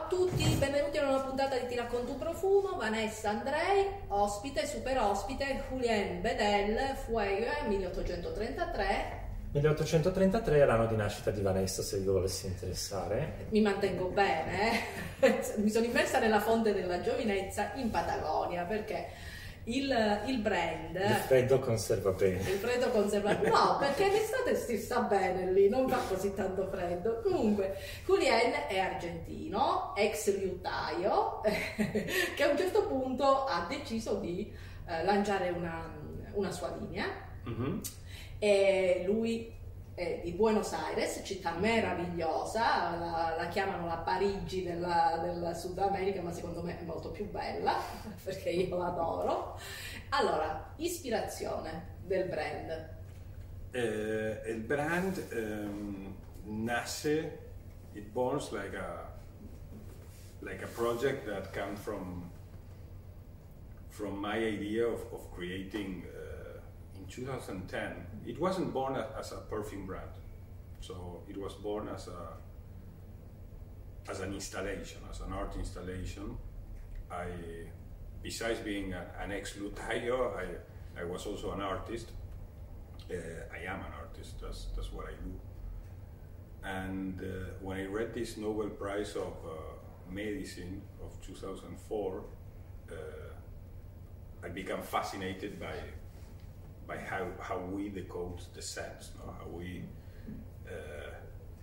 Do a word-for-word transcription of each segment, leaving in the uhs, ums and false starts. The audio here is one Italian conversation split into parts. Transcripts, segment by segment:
tutti, benvenuti a una nuova puntata di Ti racconto un profumo. Vanessa Andrei, ospite, super ospite, Julien Bedel, Fuegue, milleottocentotrentatré. milleottocentotrentatré è l'anno di nascita di Vanessa, se vi volessi interessare. Mi mantengo bene, eh? Mi sono immersa nella fonte della giovinezza in Patagonia, perché il, il brand... Il freddo conserva bene. Il freddo conserva... No, perché l'estate si sta bene lì, non fa così tanto freddo. Comunque, Julien è argentino, ex liutaio, che a un certo punto ha deciso di eh, lanciare una, una sua linea. Mm-hmm. E lui è di Buenos Aires, città meravigliosa, la, la chiamano la Parigi della, del Sud America, ma secondo me è molto più bella perché io l'adoro. Allora, ispirazione del brand. Eh, il brand um, nasce, it borns like a like a project that comes from from my idea of, of creating uh, twenty ten. It wasn't born as a perfume brand, so it was born as a as an installation, as an art installation. I, besides being a, an ex-lutaio, I I was also an artist. Uh, I am an artist. That's that's what I do. And uh, when I read this Nobel Prize of uh, Medicine of two thousand four, uh, I became fascinated by. by how, how we decode the sense, no? How we uh,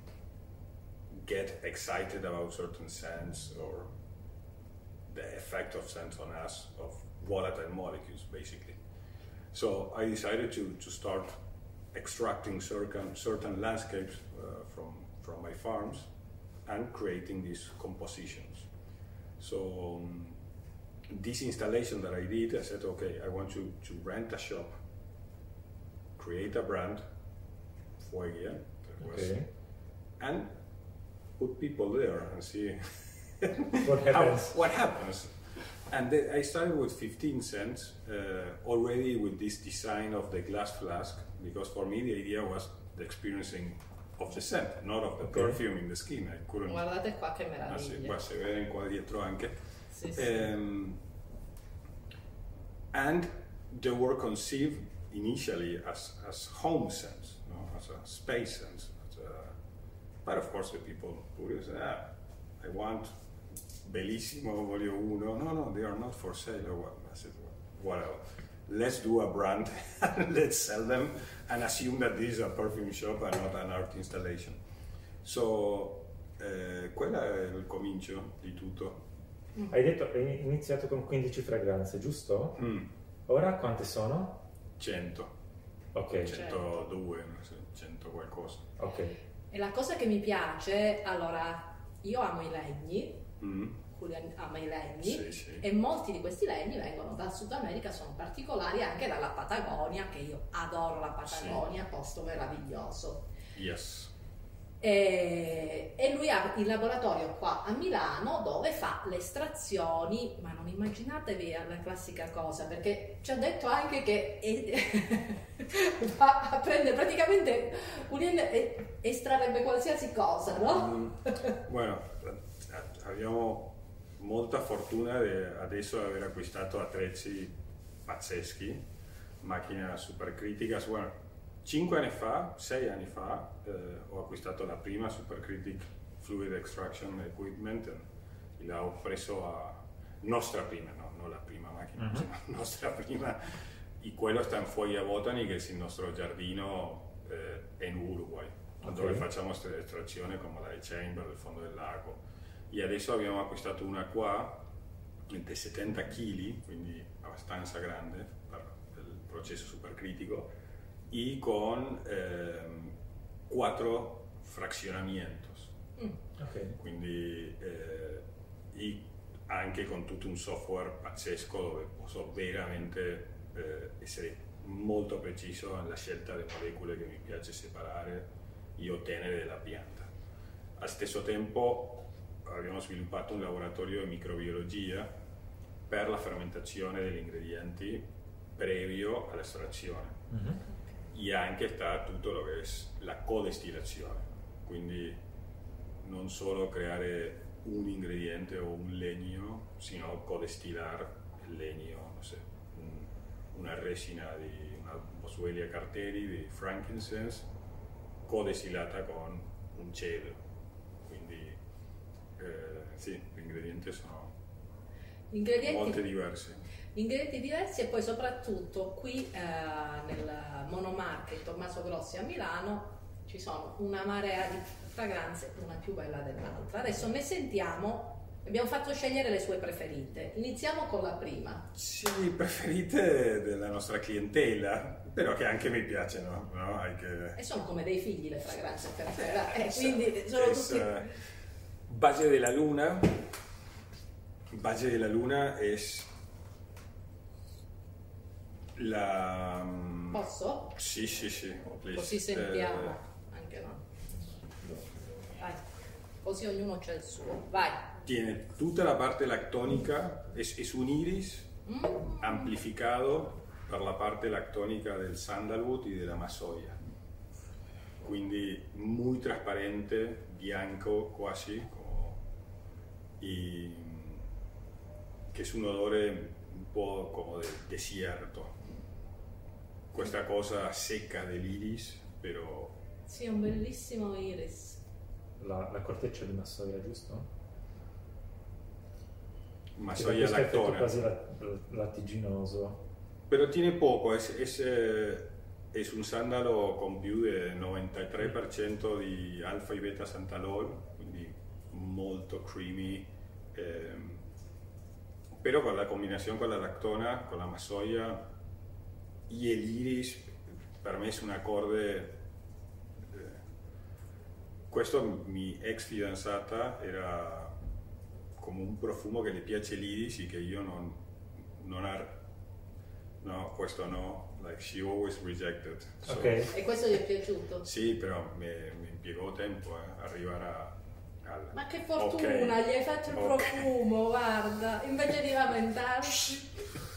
get excited about certain scents or the effect of scents on us, of volatile molecules, basically. So I decided to, to start extracting certain, certain landscapes uh, from, from my farms and creating these compositions. So um, this installation that I did, I said, okay, I want to, to rent a shop, create a brand, Fuegue, okay, and put people there and see what happens. How, what happens. And then I started with fifteen cents, uh, already with this design of the glass flask, because for me the idea was the experiencing of the scent, not of the okay. perfume in the skin. I couldn't. Guardate qua che meraviglia. Ah, sì, qua si vede qua dietro anche. Sì, sì. Um, and they were conceived initially as, as home sense, no? As a space sense. As a, but of course the people who say, ah, I want Bellissimo, voglio uno. No, no, they are not for sale. Or what? I said, well, well, let's do a brand and let's sell them and assume that this is a perfume shop and not an art installation. So, eh, quello è il comincio di tutto. Hai detto che hai iniziato con quindici fragranze, giusto? Mm. Ora quante sono? cento. Ok. centodue, cento qualcosa. Ok. E la cosa che mi piace, allora, io amo i legni, mm. Julien ama i legni, sì, sì. E molti di questi legni vengono dal Sud America, sono particolari anche dalla Patagonia, che io adoro la Patagonia, sì. Posto meraviglioso. Yes. E, e lui ha il laboratorio qua a Milano dove fa le estrazioni, ma non immaginatevi la classica cosa, perché ci ha detto anche che è, va a prendere praticamente Julien estrarrebbe qualsiasi cosa, no? Mm, bueno, abbiamo molta fortuna di adesso aver acquistato attrezzi pazzeschi, macchina supercritica. Bueno, cinque anni fa, sei anni fa, eh, ho acquistato la prima Supercritic Fluid Extraction Equipment e l'ho preso a nostra prima, no, non la prima macchina, uh-huh. Cioè, nostra prima, e quello sta in Foglia Botanics, il nostro giardino eh, in Uruguay, okay. Dove facciamo estrazione come la Chamber del fondo del lago. E adesso abbiamo acquistato una qua di settanta chili, quindi abbastanza grande per il processo supercritico, y con eh, quattro fraccionamientos, mm. okay. Quindi eh, y anche con tutto un software pazzesco dove posso veramente eh, essere molto preciso nella scelta delle molecole che mi piace separare e ottenere dalla pianta. Allo stesso tempo abbiamo sviluppato un laboratorio di microbiologia per la fermentazione degli ingredienti previo all'estrazione. Mm-hmm. E anche sta tutto lo che è la codestilazione, quindi non solo creare un ingrediente o un legno, sino codestilar el legno, no sé, un- una resina di una Boswellia carteri di frankincense codestilata con un cedo. Quindi eh, sì, gli ingredienti sono Ingredienti, molto diversi. ingredienti diversi, e poi soprattutto qui eh, nel monomarket Tommaso Grossi a Milano ci sono una marea di fragranze, una più bella dell'altra. Adesso ne sentiamo, abbiamo fatto scegliere le sue preferite. Iniziamo con la prima. Sì, preferite della nostra clientela, però che anche mi piacciono, no? Hai che... E sono come dei figli le fragranze per te, e quindi sono Es, tutti... eh, Valle de la Luna. Valle de la Luna es la... Posso? Sì, sì, sì, please. Così sentiamo. Eh, Anche no. Vai. Così ognuno c'è il suo. Vai. tiene tutta la parte lactónica, es, es un iris Mm. amplificado per la parte lactónica del sandalwood y della massoia. Quindi muy trasparente, bianco quasi, como, y que es un odore un po' como de desierto. Questa cosa secca dell'iris, però Sì, è un bellissimo iris. La, la corteccia di massoia, giusto? massoia Questo effetto lactona. quasi lat- lattiginoso. Pero tiene poco, es, es, eh, es un sandalo con più del novantatré per cento di alfa e beta santalol, quindi molto creamy, ehm, pero con la combinación con la lactona, con la massoia y el iris, per me es un acorde. eh, questo mi ex fidanzata era come un profumo che le piace l'iris e che io non, non ha. No, questo no, like she always rejected. So, Ok. E questo gli è piaciuto? Sì, però mi, mi impiegò tempo eh, arrivare a, al... Ma che fortuna, Ok. gli hai fatto il Ok. profumo, guarda, invece di lamentarsi.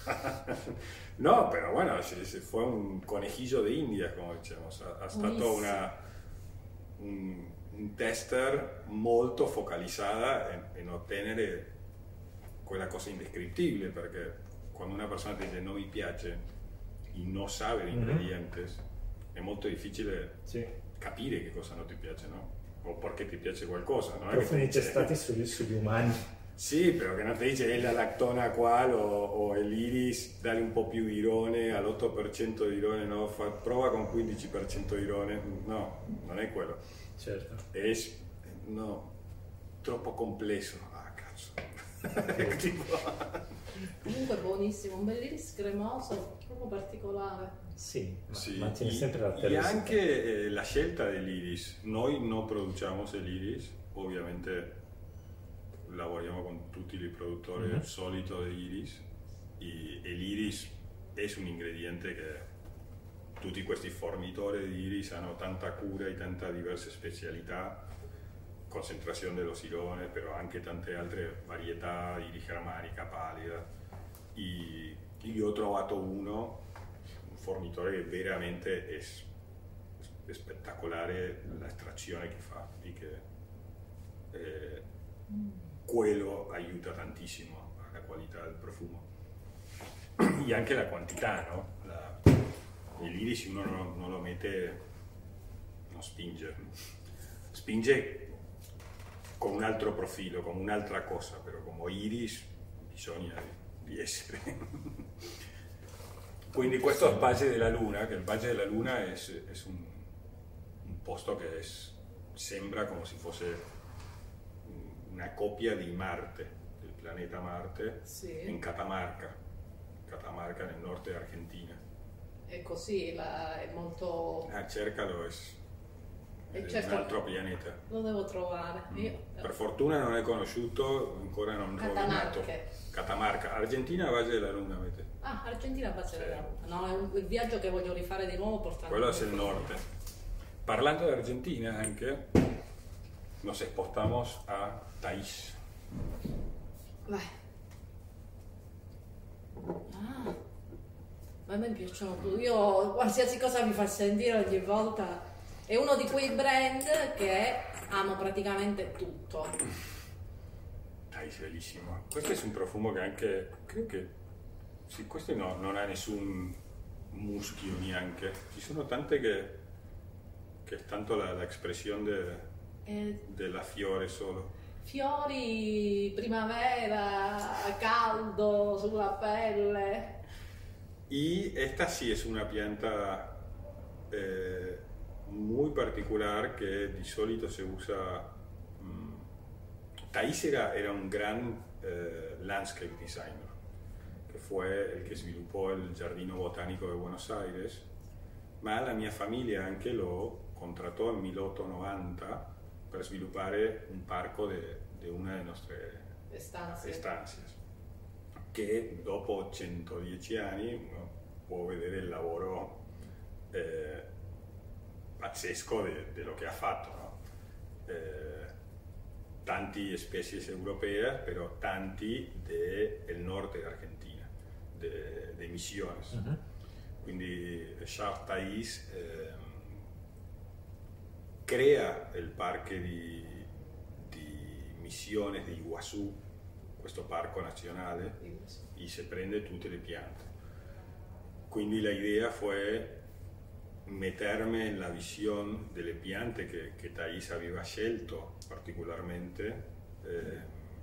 No, pero bueno, se, se fue un conejillo de India, como diciamo, ha, ha stato Buonissimo. una, un, un tester molto focalizzata in, in ottenere quella cosa indescriptible, perché quando una persona ti dice non mi piace e non sa gli ingredienti, è molto difficile Sì. capire che cosa non ti piace, no? O perché ti piace qualcosa, no? Profumi Che ti dice- testati sugli, sugli umani. Sì, però che non ti dice è la lactona qual o, o l'iris, dai un po' più di irone, all'otto per cento di irone, no? Fa, prova con quindici per cento di irone, no, non è quello. Certo. È, no, troppo complesso. Ah, cazzo. Tipo... Comunque buonissimo, un bell'iris cremoso, proprio particolare. Sì, ma Sì, mantiene y- sempre la y terra. anche eh, la scelta dell'iris. Noi non produciamo l'iris, ovviamente lavoriamo con tutti i produttori Mhm. solito di iris e, e l'iris è un ingrediente che tutti questi fornitori di iris hanno tanta cura e tanta diverse specialità, concentrazione dello silone, però anche tante altre varietà di iris germanica, pallida. E io ho trovato uno, un fornitore che veramente è, è spettacolare l'estrazione che fa e che eh, quello aiuta tantissimo alla qualità del profumo e anche la quantità, no? La, l'iris uno non, non lo mette, non spinge, spinge con un altro profilo, con un'altra cosa, però come iris bisogna di, di essere. Quindi questo è il Valle della Luna, che il Valle della Luna è, è un, un posto che è, sembra come se fosse una copia di Marte, del pianeta Marte, Sì. in Catamarca, Catamarca nel nord Argentina. E così la- è molto... Ah, cercalo, è, E è certo- un altro pianeta. Lo devo trovare. Io... Per fortuna non è conosciuto, ancora non l'ho nominato. Catamarche. Catamarca, Argentina, Valle della Luna, avete. Ah, Argentina base Sì. della Luna. No, è un, il viaggio che voglio rifare di nuovo portando... Quello è il nord. Parlando di Argentina anche, nos spostamos a Thais. Vai. Ah, ma a me piacciono tutti. Io qualsiasi cosa mi fa sentire ogni volta. È uno di quei brand che amo praticamente tutto. Thais bellissimo. Questo è un profumo che anche, credo che, sì, questo no, non ha nessun muschio neanche. Ci sono tante che, che è tanto la, la espressione de, Eh, della fiore solo. fiori, primavera, caldo sulla pelle. Y esta sí es una planta eh, muy particular que de solito se usa. mmm, Thais era, era un gran eh, landscape designer, que fue el que sviluppò il Giardino Botanico de Buenos Aires, ma la mia famiglia anche lo contrattò nel milleottocentonovanta per sviluppare un parco di una delle nostre Stanze. stanze, che dopo centodieci anni uno può vedere il lavoro eh, pazzesco di lo che ha fatto, no? Eh, tanti specie europee, però tanti del nord dell'Argentina, de, de Misiones. Uh-huh. Quindi Charles Thais eh, crea il parco di, di Misiones di Iguazú, questo parco nazionale, e si prende tutte le piante. Quindi la idea fu mettermi nella visione delle piante che, che Thais aveva scelto particolarmente eh,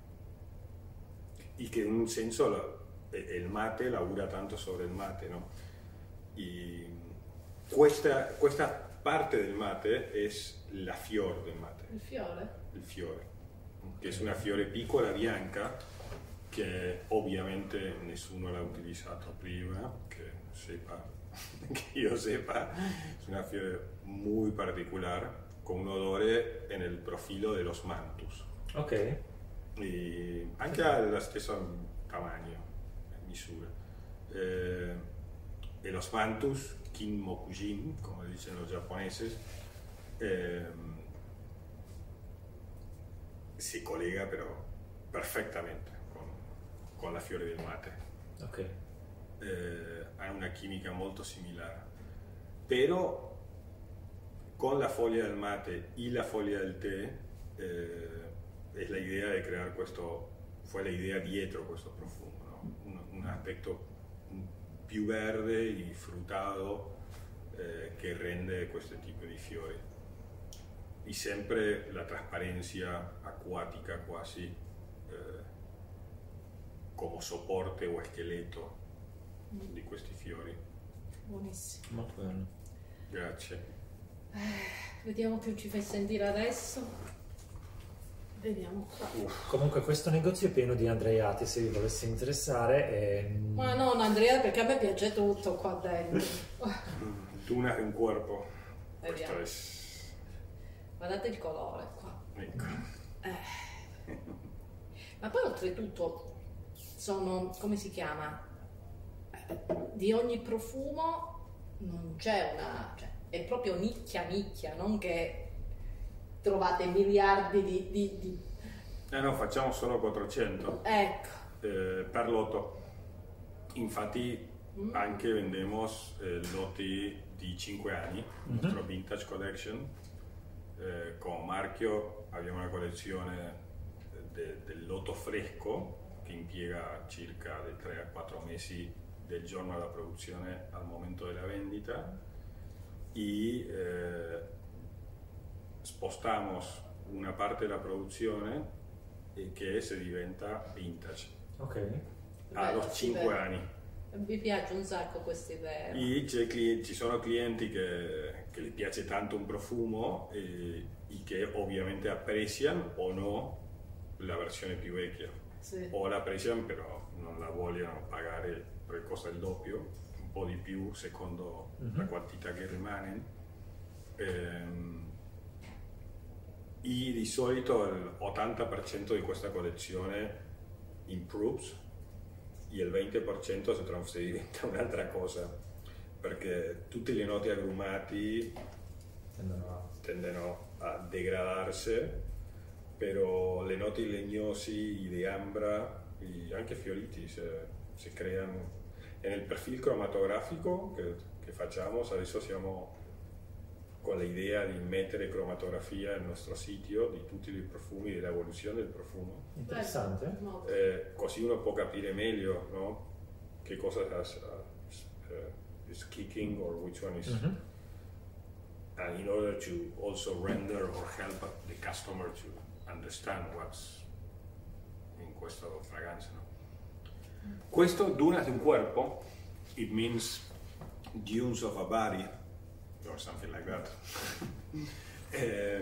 e che in un senso la, il mate lavora tanto sobre il mate, no? E questa, questa parte del mate è la fior del mate. Il fiore? Il fiore, che è una fiore piccola bianca che ovviamente nessuno l'ha utilizzato prima, che sepa, che io sepa, è una fiore muy particular, con un odore nel profilo de los mantus. Ok. E anche allo stesso tamaño, misura. Eh, e los mantus, kinmokujin, come dicono i giapponesi, eh, si collega però perfettamente con, con la fiore del mate. Ok. Eh, ha una química molto similare, però con la foglia del mate y la foglia del té eh, es la idea de crear questo, fue la idea dietro questo profumo, no? un, un aspetto più verde e frutato eh, che rende questo tipo di fiori, e sempre la trasparenza acquatica quasi eh, come sopporte o scheletro di questi fiori. Buonissimo. Molto bello. Grazie. Eh, vediamo che ci fai sentire adesso. Vediamo qua. Uff. Comunque questo negozio è pieno di andreiati, se vi volesse interessare. E... Ma non Andrea, perché a me piace tutto qua dentro. Tu una, un corpo. Vediamo. Questo Guardate il colore qua. è... Ecco. Eh. Ma poi oltretutto sono, come si chiama? Eh, Di ogni profumo non c'è una... Cioè, è proprio nicchia nicchia, non che trovate miliardi di... di, di... Eh no, facciamo solo quattrocento Ecco. eh, per lotto. Infatti Mm. anche vendiamo eh, lotti di cinque anni, il Mhm. nostro Vintage Collection. Eh, con marchio abbiamo una collezione de- del lotto fresco che impiega circa dai tre a quattro mesi del giorno della produzione al momento della vendita, e eh, spostamos una parte della produzione e che si diventa vintage Ok. a Bello, los sì, cinque bello. anni. Mi piace un sacco questa idea. E c'è cli- ci sono clienti che, che gli piace tanto un profumo e, e che ovviamente apprezzano o no la versione più vecchia, Sì. o la apprezzano però non la vogliono pagare per costa il doppio, un po' di più secondo Mhm. la quantità che rimane. Ehm, e di solito l'ottanta per cento di questa collezione improves e il venti per cento si, trans- si diventa un'altra cosa, perché tutti le note agrumati Tendono a... tendono a degradarsi, però le note legnosi di ambra e anche fioriti si, si creano. E nel profilo cromatografico che, che facciamo, adesso siamo con l'idea di mettere cromatografia nel nostro sito di tutti i profumi, dell'evoluzione del profumo. Interessante. Eh, così uno può capire meglio, no? Che cosa has, uh, uh, is kicking or which one is... Mm-hmm. And in order to also render or help the customer to understand what's in questa fragranza. No? Questo, dunas di un cuerpo, it means dunes of a body, or something like that. eh,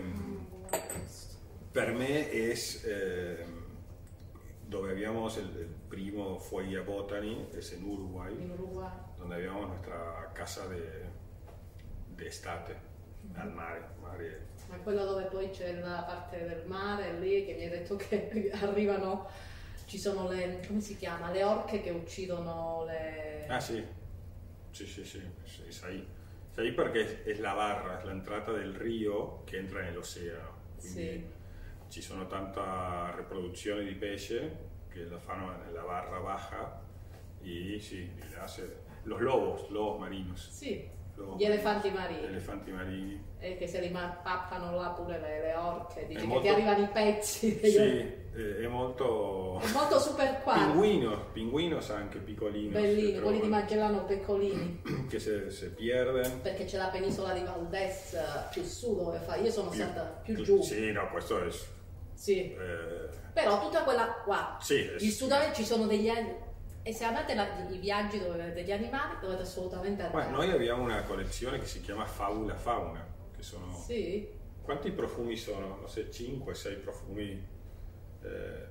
per me è eh, dove abbiamo il, il primo Foglia Botany, es en Uruguay, in Uruguay, donde habíamos nuestra casa de, de estate, mm-hmm. al mare, mare. Ma quello dove poi c'è la parte del mare lì che mi hai detto che arrivano, ci sono le, come si chiama, le orche che uccidono le... Ah sì, sì sì sì, es ahí. Es ahí perché è la barra, è l'entrata del rio che entra nell'oceano. Quindi sì. Ci sono tanta riproduzione di pesce che la fanno nella barra baja e sì, los lobos, lobos marinos. Sì. Lobos Gli elefanti marini. Gli elefanti marini. E che se li pappano là pure le, le orche, dice è che molto, ti arrivano i pezzi. Sì, è molto... È molto super qua. Pinguino, pinguinos anche piccolini. Bellini, quelli di Magellano piccolini. Che se, se pierde... Perché c'è la penisola di Valdés più su dove fa, io sono più, stata più, più giù. Sì, no, questo è... Sì. Eh, Però tutta quella qua, sì, il Sud ci sono degli... E se amate la, i viaggi dove vedete gli animali, dovete assolutamente andare. Ma noi abbiamo una collezione che si chiama Fabula Fauna, che sono... Sì. Quanti profumi sono? Non so, cinque sei profumi eh,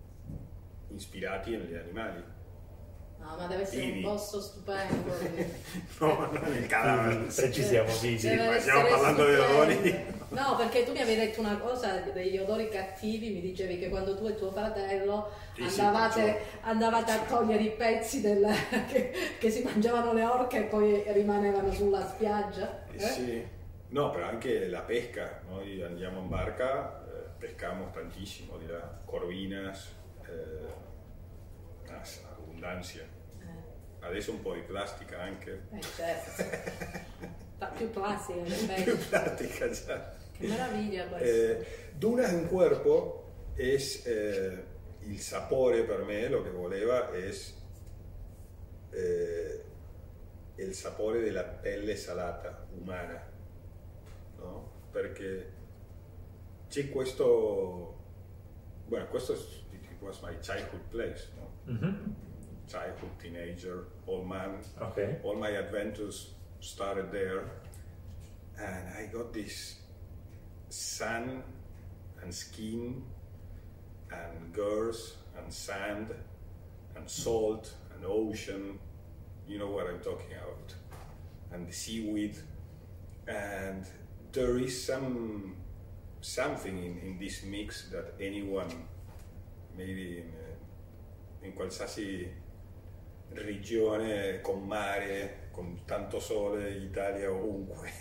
ispirati negli animali. No, ma deve essere Vivi. Un posto stupendo. No, non nel cadavere. Precisiamo, vivi. Ma stiamo parlando di odori. No, perché tu mi avevi detto una cosa degli odori cattivi, mi dicevi che quando tu e tuo fratello sì, andavate, sì, andavate a togliere i pezzi del, che, che si mangiavano le orche e poi rimanevano sulla spiaggia. Eh? Sì, no, però anche la pesca. Noi andiamo in barca, eh, pescamos tantissimo, di là, corvinas, eh, abbondanza. Eh. Adesso un po' di plastica anche. Eh, certo. Più plastica, più plastica già. Che meraviglia questo. Eh, Dunas de un cuerpo es eh, il sapore per me, lo che voleva es eh, il sapore della pelle salata umana, no? Perché c'è questo, bueno, questo it was my childhood place, no? Mm-hmm. Childhood, teenager, old man, okay. All my adventures started there, and I got this sun and skin and girls and sand and salt and ocean, you know what I'm talking about, and the seaweed, and there is some something in, in this mix that anyone, maybe in, in qualsiasi regione con mare, con tanto sole, Italia ovunque,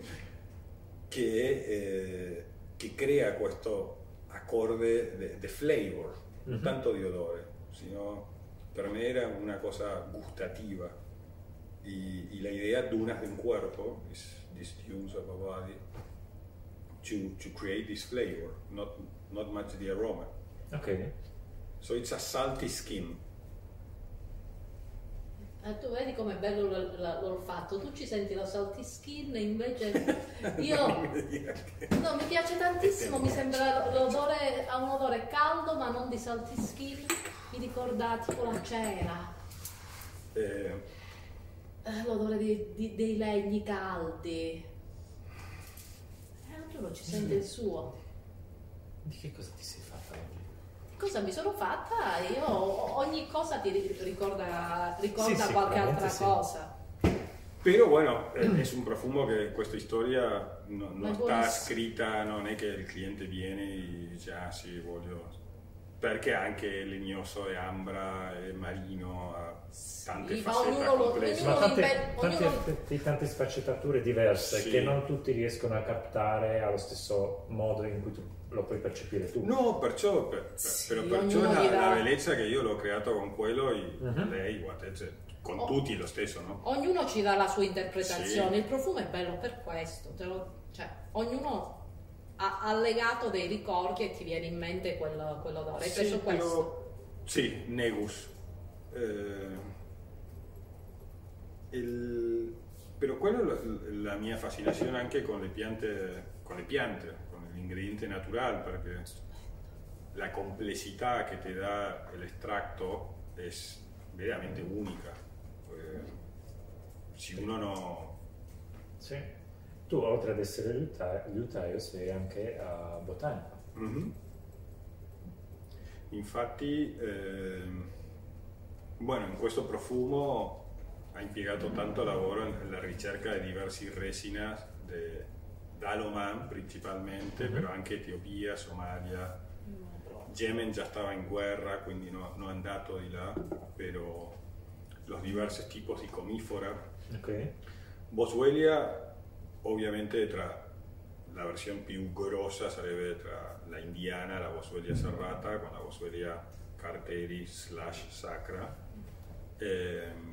che, eh, che crea questo acorde de flavor, non mm-hmm. tanto di odore, sino per me era una cosa gustativa. Y, y la idea dunas de un cuerpo, is these dunes of a body, to, to create this flavor, not, not much the aroma. Okay. So it's a salty skin. Eh, tu vedi com'è bello l'olfatto, tu ci senti la salty skin, invece io no, mi piace tantissimo, mi sembra l'odore, ha un odore caldo ma non di salty skin, mi ricorda tipo la cera, eh. eh, l'odore di, di, dei legni caldi, eh, ognuno ci sente il suo. Di che cosa ti sei fatta oggi? Cosa mi sono fatta? Io ogni cosa ti ricorda, ricorda sì, qualche altra sì. cosa. Pero bueno, es un profumo que questa historia no, no Ma sta buonissimo. scritta, non è che il cliente viene e dice ah sì voglio, perché anche legnoso e ambra e marino ha tante Sì, ma facette ognuno lo- complesse. Ma ognuno tante, inve- tante, ognuno- di tante sfaccettature diverse Sì. che non tutti riescono a captare allo stesso modo in cui tu lo puoi percepire tu. No, perciò, per, per, Sì, però perciò ognuno la, gli dà- la bellezza che io l'ho creato con quello e Mhm. lei, guarda, cioè, con Oh. tutti lo stesso, no? Ognuno ci dà la sua interpretazione, Sì. il profumo è bello per questo, te lo, cioè ognuno ha, ha legato dei ricordi e ti viene in mente quel, quell'odore. Hai Sì, preso però- questo? Sì, Negus. Eh, il- però quello è la, la mia fascinazione anche con le piante, con le piante, con l'ingrediente naturale, perché la complessità che ti dà l'estratto è veramente unica. Eh, se uno no... Sì. Tu, oltre ad essere liuta- liutaio, sei anche uh, botanico. Mhm. Infatti, ehm, bueno, in questo profumo ha impiegato tanto lavoro nella ricerca di diversi resinas de- dall'Oman principalmente, Mhm. però anche Etiopia, Somalia. Yemen già stava in guerra, quindi no, no è andato di là, però los diversos tipos di comifora. Ok. Boswellia, ovviamente, tra la versione più grossa sarebbe tra la indiana, la Boswellia serrata, con la Boswellia carteri slash sacra. Ehm,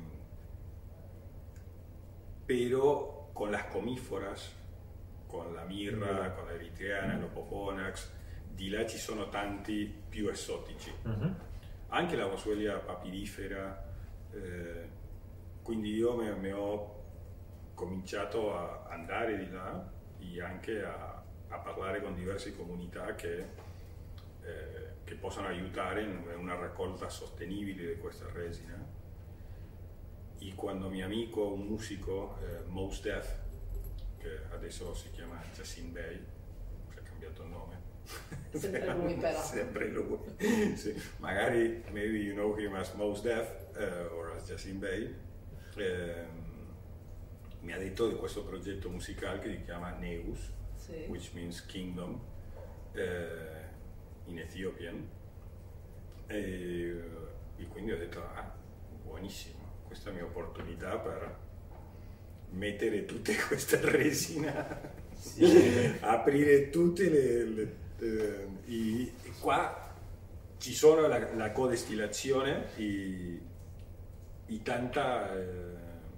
pero con las comíforas, con la mirra, con la eritreana, lo poponax, di là ci sono tanti più esotici. Mhm. Anche la Boswellia papirifera, eh, quindi io mi, mi ho cominciato a andare di là e anche a, a parlare con diverse comunità che, eh, che possono aiutare in una raccolta sostenibile di questa resina. E quando mio amico, un musico, eh, Mos Def, che adesso si chiama Jassin Bey, si è cambiato il nome. Sempre lui però. Sempre lui. Sì. Magari, maybe you know him as Mos Def uh, or as Jassin Bey. Ehm, mi ha detto di questo progetto musicale che si chiama Negus, Sì. which means kingdom, eh, in Ethiopian. E, e quindi ho detto, ah, buonissimo, questa è la mia opportunità per mettere tutte queste resina, Sì. aprire tutte le... le eh, e, e qua ci sono la, la codestillazione e, e tanta... Eh,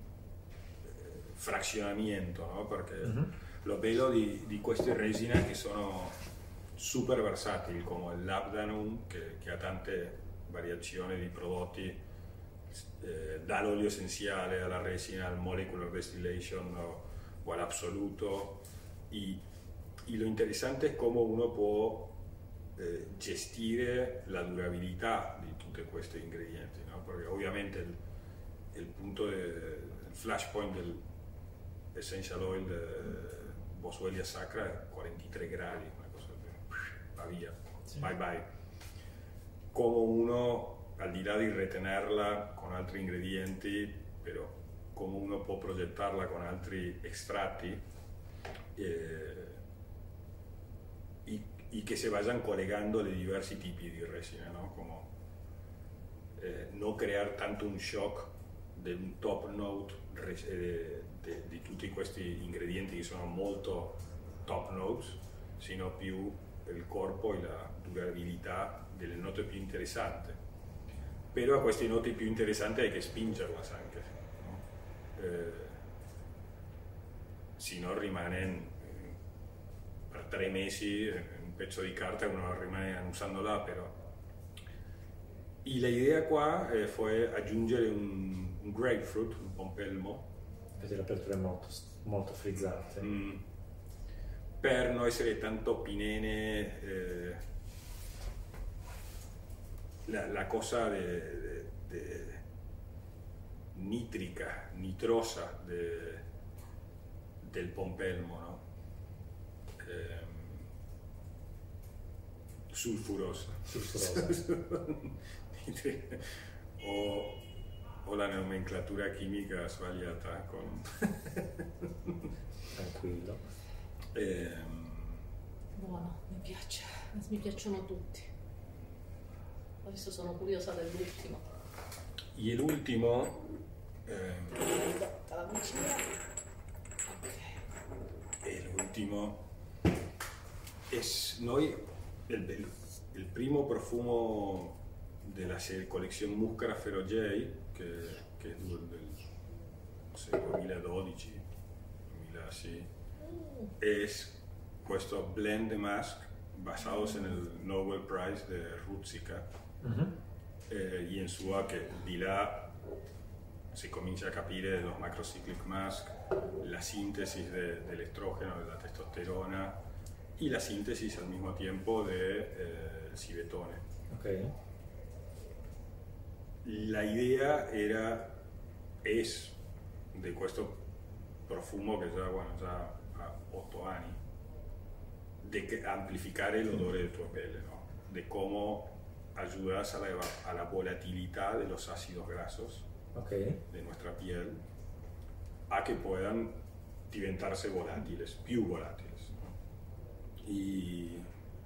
frazionamento, no? Perché Mhm. lo bello di, di queste resine che sono super versatili, come il labdanum che, che ha tante variazioni di prodotti, eh, dall'olio essenziale alla resina, al molecular distillation o, o all'assoluto. E, e lo interessante è come uno può eh, gestire la durabilità di tutti questi ingredienti, no? Perché ovviamente il, il punto, de, il flashpoint del essential oil de Boswellia sacra è quarantatré gradi, una cosa va via, Sì. bye bye. Come uno, al di là di retenerla con altri ingredienti, però come uno può progettarla con altri estratti eh, e, e che si vayan collegando le diversi tipi di resina, no? Come eh, non creare tanto un shock di un top note res- eh, de, di tutti questi ingredienti che sono molto top notes, sino più il corpo e la durabilità delle note più interessanti. Però a queste note più interessanti hai che spingerlas anche, no? Eh, se no rimane eh, per tre mesi eh, un pezzo di carta e uno rimane usándola, però. E l'idea qua eh, fu aggiungere un, un grapefruit, un pompelmo, Vedi, l'apertura è molto, molto frizzante. mm, per non essere tanto pinene, eh, la, la cosa de, de, de nitrica, nitrosa de, del pompelmo, no? Eh, sulfurosa. Sulfurosa. o, o la nomenclatura chimica sbagliata con Tranquillo. ehm, Buono, mi piace, mi piacciono tutti. Adesso sono curiosa dell'ultimo. e l'ultimo ehm, Te la vicina. Ok. e l'ultimo è noi il, il, il primo profumo della serie collezione Muscara Ferogei che, che è del, del duemiladodici duemila, sì, es questo blend de mask basados en el Nobel Prize de Ruzicka. Mhm. Eh, y en su che di là si comincia a capire los macrocyclic mask, la síntesis de, del estrógeno, de la testosterona y la síntesis al mismo tiempo del de, eh, cibetone. Ok. La idea era, es, de questo profumo che già, bueno, già ha otto anni, de que amplificare l'odore de tu pelle, ¿no? De cómo ayudas a la, a la volatilidad de los ácidos grasos Okay. de nuestra piel a que puedan diventarse volátiles, più volátiles, ¿no? Y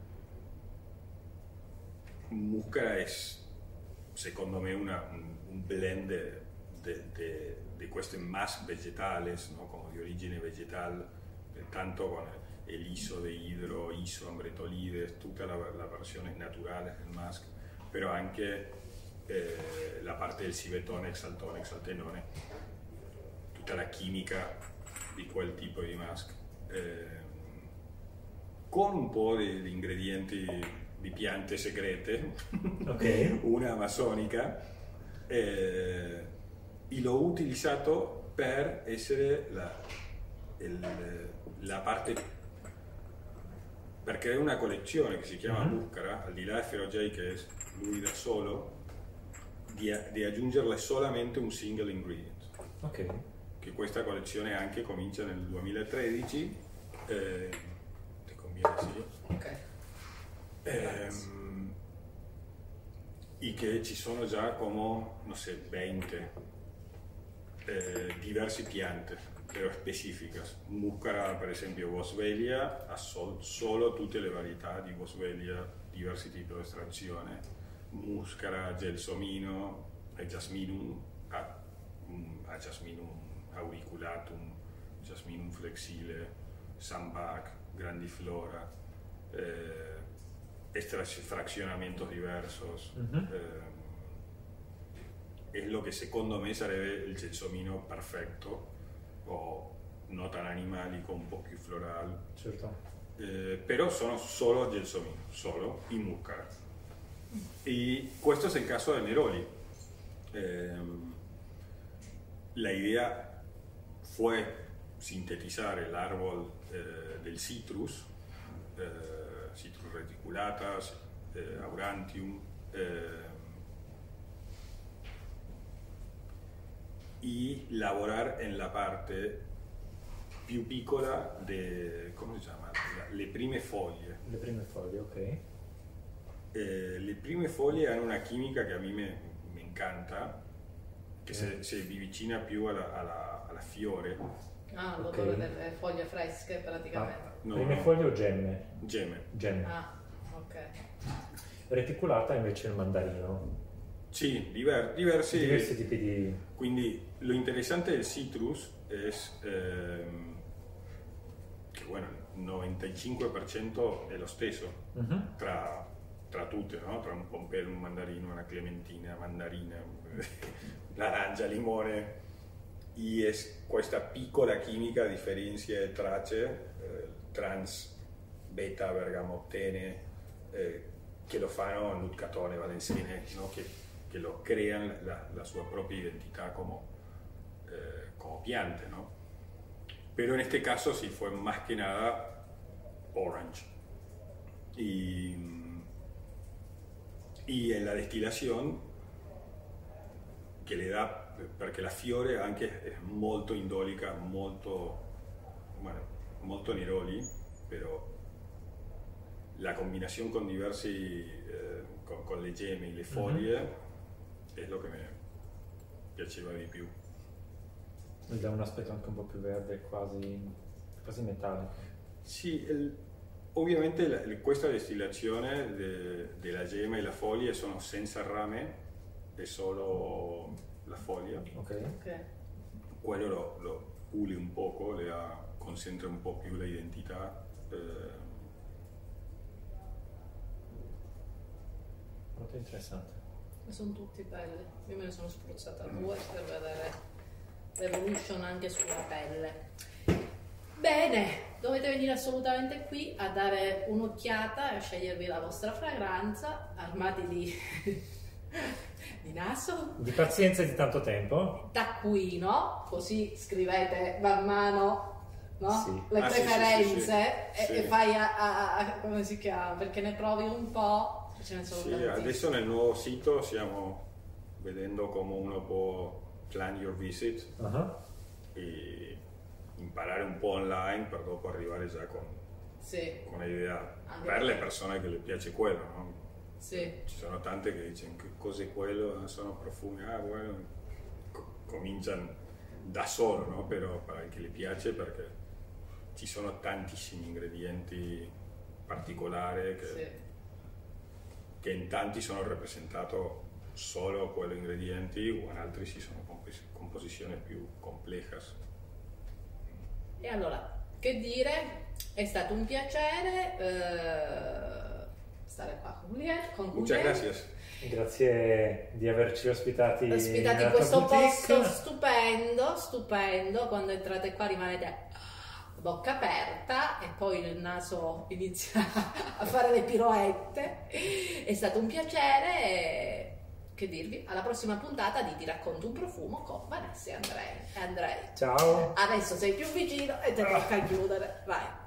Muscara es, secondo me, una, un, un blend de, de, de, de queste mask vegetales, ¿no? Como di origine vegetal, tanto con el iso de hidro, iso, ambretolides, tutte le la versioni naturali del mask, però anche eh, la parte del cibetone, exaltone, exaltenone, tutta la chimica di quel tipo di mask, eh, con un po' di, di ingredienti di piante segrete, Okay. una amazonica, eh, y lo ho utilizzato per essere la, il, la parte, per creare una collezione che si chiama Mhm. Muscara, al di là di Fero J che è lui da solo, di, di aggiungerle solamente un single ingredient. Ok. Che questa collezione anche comincia nel duemilatredici, eh, ti conviene sì, Ok. ehm, y che ci sono già come, non so, venti eh, diverse piante, però specifiche. Muscara, per esempio, Boswellia ha sol- solo tutte le varietà di Boswellia, diversi tipi di estrazione. Muscara, Gelsomino, e Jasminum, a, a Jasminum auriculatum, Jasminum flexile, Sambac, Grandiflora, eh, extra- fraccionamientos diversos. Mhm. Eh, es lo che secondo me sarebbe il gelsomino perfetto, o no tan animalico, un po' più floral. Certo. Eh, però sono solo gelsomino, solo in Muscara. Y questo es el caso de Neroli. Eh, la idea fue sintetizar el árbol eh, del citrus, eh, Citrus reticulata, eh, Aurantium, eh, y laborar en la parte più piccola de, come si chiama? La- le prime foglie. Le prime foglie, ok. Eh, le prime foglie hanno una chimica che a me me, me encanta, che se, se vi vicina più alla, alla, alla fiore. Ah, l'odore Ok. delle foglie fresche praticamente. Ah, No, prime no. foglie o gemme? Gemme. Gemme. Ah, ok. Reticulata invece il mandarino. Sì, diver- diversi. Diversi tipi di... Quindi lo interessante del citrus es ehm, che bueno, il novantacinque per cento è lo stesso Mhm. tra, tra tutte, no? Tra un pompelmo, un mandarino, una clementina, mandarina, l'arancia, limone. E es questa piccola chimica differenzia le tracce, eh, trans, beta, bergamottene, eh, che lo fanno nutcatone, valensine, no? che, che lo creano la, la sua propria identità come, eh, como piante, ¿no? Pero en este caso sí fue más que nada orange. Y, y en la destilación che le dà, perché la fiore anche è molto indolica, molto, bueno, molto Neroli, però la combinazione con diversi, eh, con, con le gemme e le foglie, mm-hmm. è lo che mi piaceva di più. Gli dà un aspetto anche un po' più verde, quasi, quasi metallico. Sì, il, ovviamente la, questa destillazione de, della gemma e la foglia sono senza rame, è solo la foglia. Ok. Ok. Quello lo, lo puli un poco, le ha, concentra un po' più l'identità. Eh. Molto interessante. Sono tutti belli. Io me ne sono spruzzata due per vedere l'evolution anche sulla pelle. Bene, dovete venire assolutamente qui a dare un'occhiata e a scegliervi la vostra fragranza, armati di, di naso, Di pazienza e di tanto tempo. taccuino, così scrivete man mano, no? Sì. le Ah, sì, preferenze sì, sì, sì. E, Sì. e fai a, a- a- come si chiama, perché ne provi un po', ce ne sono Sì, tantissimi. adesso nel nuovo sito stiamo vedendo come uno può plan your visit Ah, e imparare un po' online per dopo arrivare già con, Sì, con un'idea Anche per le perché- persone che le piace quello, no? sì. Ci sono tante che dicono che cos'è quello, sono profumi, ah bueno, co- cominciano da solo, no? Però per chi le piace perché ci sono tantissimi ingredienti particolari che, Sì. che in tanti sono rappresentati solo quegli ingredienti o in altri ci sono compos- composizioni più complesse. E allora, che dire, è stato un piacere eh, stare qua con Juliet, con Muchas Juliet. gracias. grazie di averci ospitati, Ospitati in nella questo tua boutique. posto stupendo, stupendo, quando entrate qua rimanete a bocca aperta e poi il naso inizia a fare le piroette. È stato un piacere e che dirvi, alla prossima puntata di Ti racconto un profumo con Vanessa e Andrei. Andrei, Ciao. adesso sei più vicino e te tocca chiudere, vai.